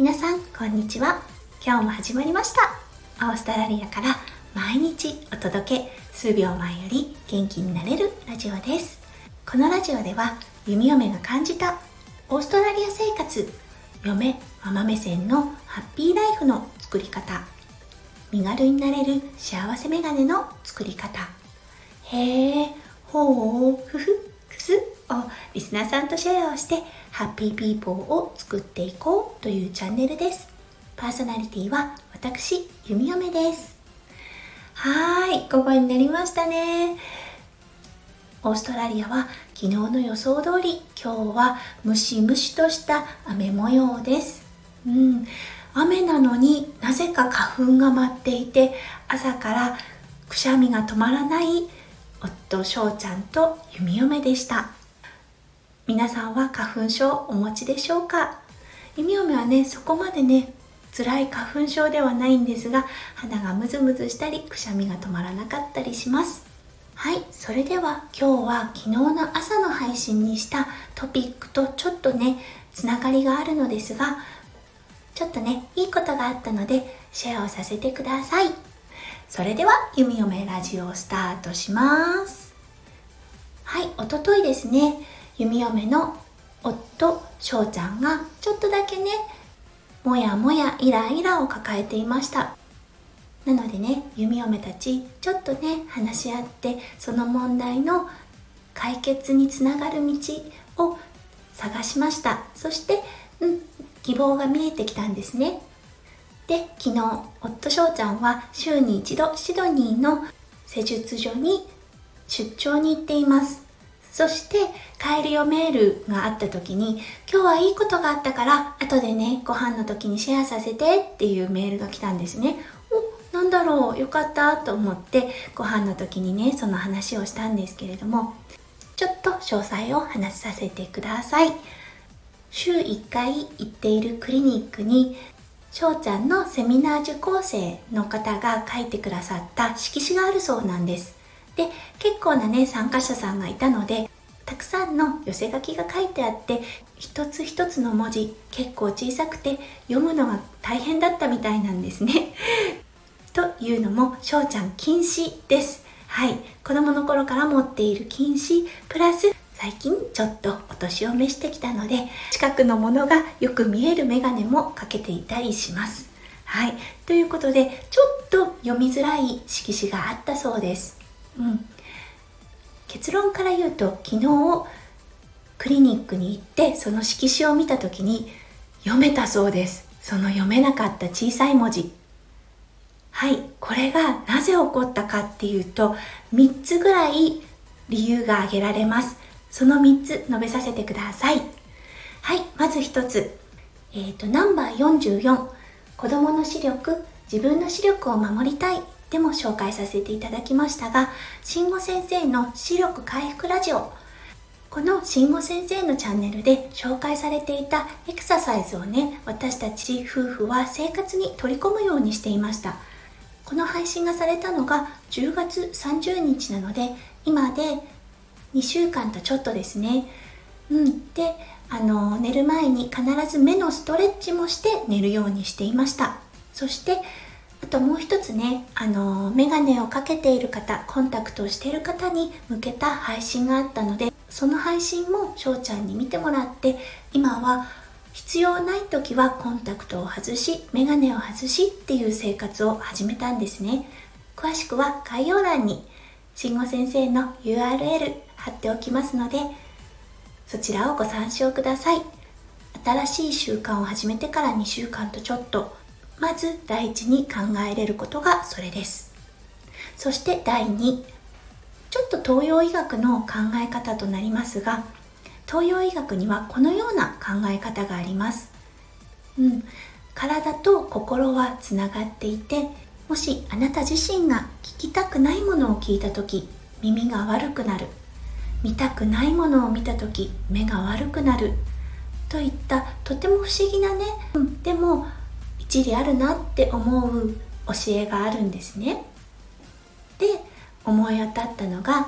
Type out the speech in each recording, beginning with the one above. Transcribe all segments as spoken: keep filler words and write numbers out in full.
皆さんこんにちは。今日も始まりました。オーストラリアから毎日お届け、数秒前より元気になれるラジオです。このラジオでは弓嫁が感じたオーストラリア生活、嫁ママ目線のハッピーライフの作り方、身軽になれる幸せメガネの作り方、へーほーふふくすをリスナーさんとシェアをしてハッピーピーポーを作っていこうというチャンネルです。パーソナリティは私、弓嫁です。はーい、午後になりましたね。オーストラリアは昨日の予想通り、今日はムシムシとした雨模様です。うん、雨なのになぜか花粉が舞っていて、朝からくしゃみが止まらない夫翔ちゃんと弓嫁でした。皆さんは花粉症お持ちでしょうか？弓嫁はね、そこまでね辛い花粉症ではないんですが、肌がムズムズしたりくしゃみが止まらなかったりします。はい、それでは今日は昨日の朝の配信にしたトピックとちょっとねつながりがあるのですが、ちょっとねいいことがあったのでシェアをさせてください。それでは弓嫁ラジオをスタートします。はい、おとといですね、弓嫁の夫翔ちゃんがちょっとだけねもやもやイライラを抱えていました。なのでね、弓嫁たちちょっとね話し合って、その問題の解決につながる道を探しました。そして、うん、希望が見えてきたんですね。で、昨日夫翔ちゃんは週に一度シドニーの施術所に出張に行っています。そして帰りよメールがあった時に、今日はいいことがあったから後でねご飯の時にシェアさせてっていうメールが来たんですね。お、なんだろう、よかったと思ってご飯の時にねその話をしたんですけれども、ちょっと詳細を話させてください。週いっかい行っているクリニックに翔ちゃんのセミナー受講生の方が書いてくださった色紙があるそうなんです。で、結構なね参加者さんがいたので、たくさんの寄せ書きが書いてあって、一つ一つの文字結構小さくて読むのが大変だったみたいなんですねというのも、翔ちゃん近視です。はい、子供の頃から持っている近視プラス最近ちょっとお年を召してきたので、近くのものがよく見えるメガネもかけていたりします。はい、ということでちょっと読みづらい色紙があったそうです。うん、結論から言うと、昨日クリニックに行ってその色紙を見た時に読めたそうです。その読めなかった小さい文字。はい、これがなぜ起こったかっていうと、みっつぐらい理由が挙げられます。そのみっつ述べさせてください。はい、まずひとつ、えーと、ナンバーよんじゅうよん、子供の視力、自分の視力を守りたいでも紹介させていただきましたが、慎吾先生の視力回復ラジオ、この慎吾先生のチャンネルで紹介されていたエクササイズをね、私たち夫婦は生活に取り込むようにしていました。この配信がされたのがじゅうがつさんじゅうにちなので、今でにしゅうかんとちょっとですね。うん、で、あの寝る前に必ず目のストレッチもして寝るようにしていました。そしてあともう一つね、あのメガネをかけている方、コンタクトをしている方に向けた配信があったので、その配信も翔ちゃんに見てもらって、今は必要ない時はコンタクトを外し、メガネを外しっていう生活を始めたんですね。詳しくは概要欄に慎吾先生の ユーアールエル 貼っておきますので、そちらをご参照ください。新しい習慣を始めてからにしゅうかんとちょっと、まず第一に考えれることがそれです。そしてだいに、ちょっと東洋医学の考え方となりますが、東洋医学にはこのような考え方があります。うん、体と心はつながっていて、もしあなた自身が聞きたくないものを聞いたとき、耳が悪くなる。見たくないものを見たとき、目が悪くなる。といったとても不思議なね、うん、でも一理あるなって思う教えがあるんですね。で、思い当たったのが、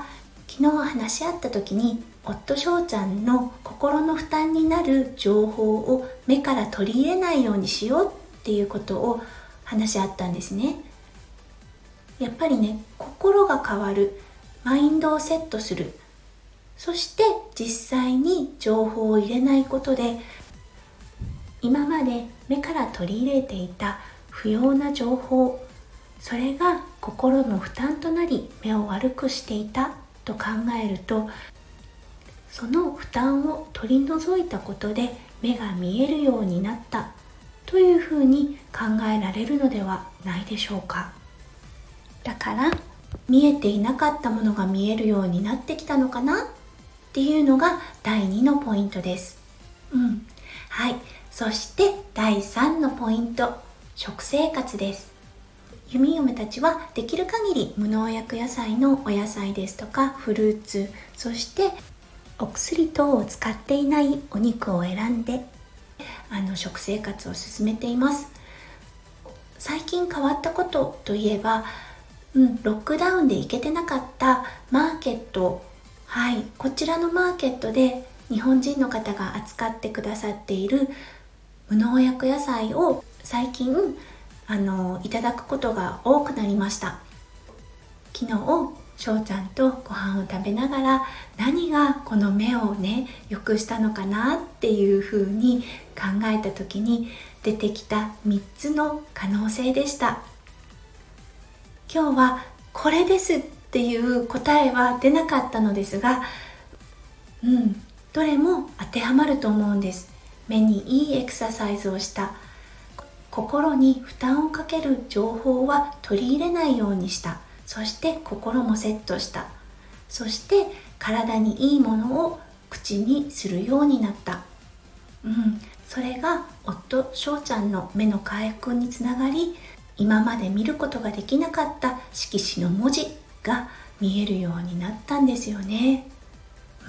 昨日話し合った時に、夫翔ちゃんの心の負担になる情報を目から取り入れないようにしようっていうことを話し合ったんですね。やっぱりね、心が変わる、マインドをセットする、そして実際に情報を入れないことで、今まで目から取り入れていた不要な情報、それが心の負担となり目を悪くしていたと考えると、その負担を取り除いたことで目が見えるようになったというふうに考えられるのではないでしょうか。だから見えていなかったものが見えるようになってきたのかなっていうのがだいにのポイントです。うん、はい。そしてだいさんのポイント、食生活です。弓嫁たちはできる限り無農薬野菜のお野菜ですとかフルーツ、そしてお薬等を使っていないお肉を選んであの食生活を進めています。最近変わったことといえば、うん、ロックダウンで行けてなかったマーケット、はい、こちらのマーケットで日本人の方が扱ってくださっている無農薬野菜を最近あのいただくことが多くなりました。昨日翔ちゃんとご飯を食べながら、何がこの目をね良くしたのかなっていうふうに考えた時に出てきたみっつの可能性でした。今日はこれですっていう答えは出なかったのですが、うん、どれも当てはまると思うんです。目にいいエクササイズをした、心に負担をかける情報は取り入れないようにした、そして心もセットした、そして体にいいものを口にするようになった、うん、それが夫翔ちゃんの目の回復につながり、今まで見ることができなかった色紙の文字が見えるようになったんですよね。うん、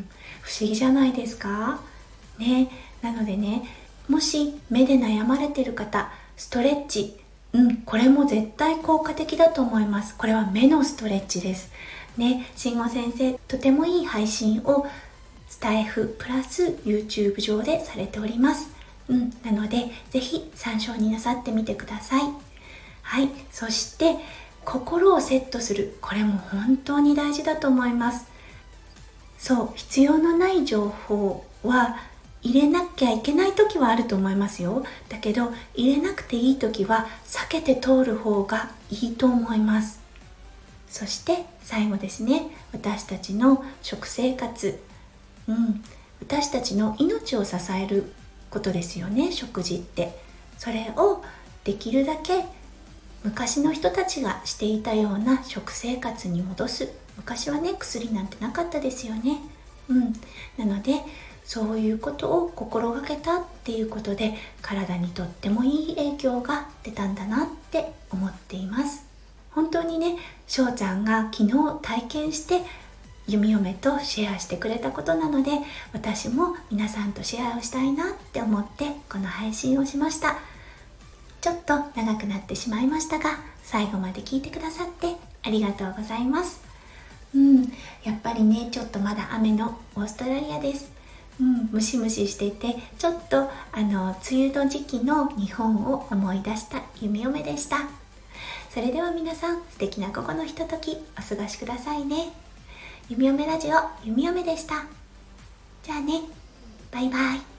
不思議じゃないですかね。なのでね、もし目で悩まれている方、ストレッチ、うん、これも絶対効果的だと思います。これは目のストレッチですね。慎吾先生、とてもいい配信をスタイフプラス YouTube 上でされております。うん、なのでぜひ参照になさってみてください。はい、そして心をセットする、これも本当に大事だと思います。そう、必要のない情報は入れなきゃいけない時はあると思いますよ。だけど入れなくていい時は避けて通る方がいいと思います。そして最後ですね、私たちの食生活、うん、私たちの命を支えることですよね、食事って。それをできるだけ昔の人たちがしていたような食生活に戻す。昔はね、薬なんてなかったですよね。うん、なのでそういうことを心がけたっていうことで、体にとってもいい影響が出たんだなって思っています。本当にね、翔ちゃんが昨日体験して弓嫁とシェアしてくれたことなので、私も皆さんとシェアをしたいなって思ってこの配信をしました。ちょっと長くなってしまいましたが、最後まで聞いてくださってありがとうございます。うん、やっぱりね、ちょっとまだ雨のオーストラリアです。うん、ムシムシしていて、ちょっとあの梅雨の時期の日本を思い出した弓嫁でした。それでは皆さん、素敵な午後のひとときお過ごしくださいね。弓嫁ラジオ、弓嫁でした。じゃあね、バイバイ。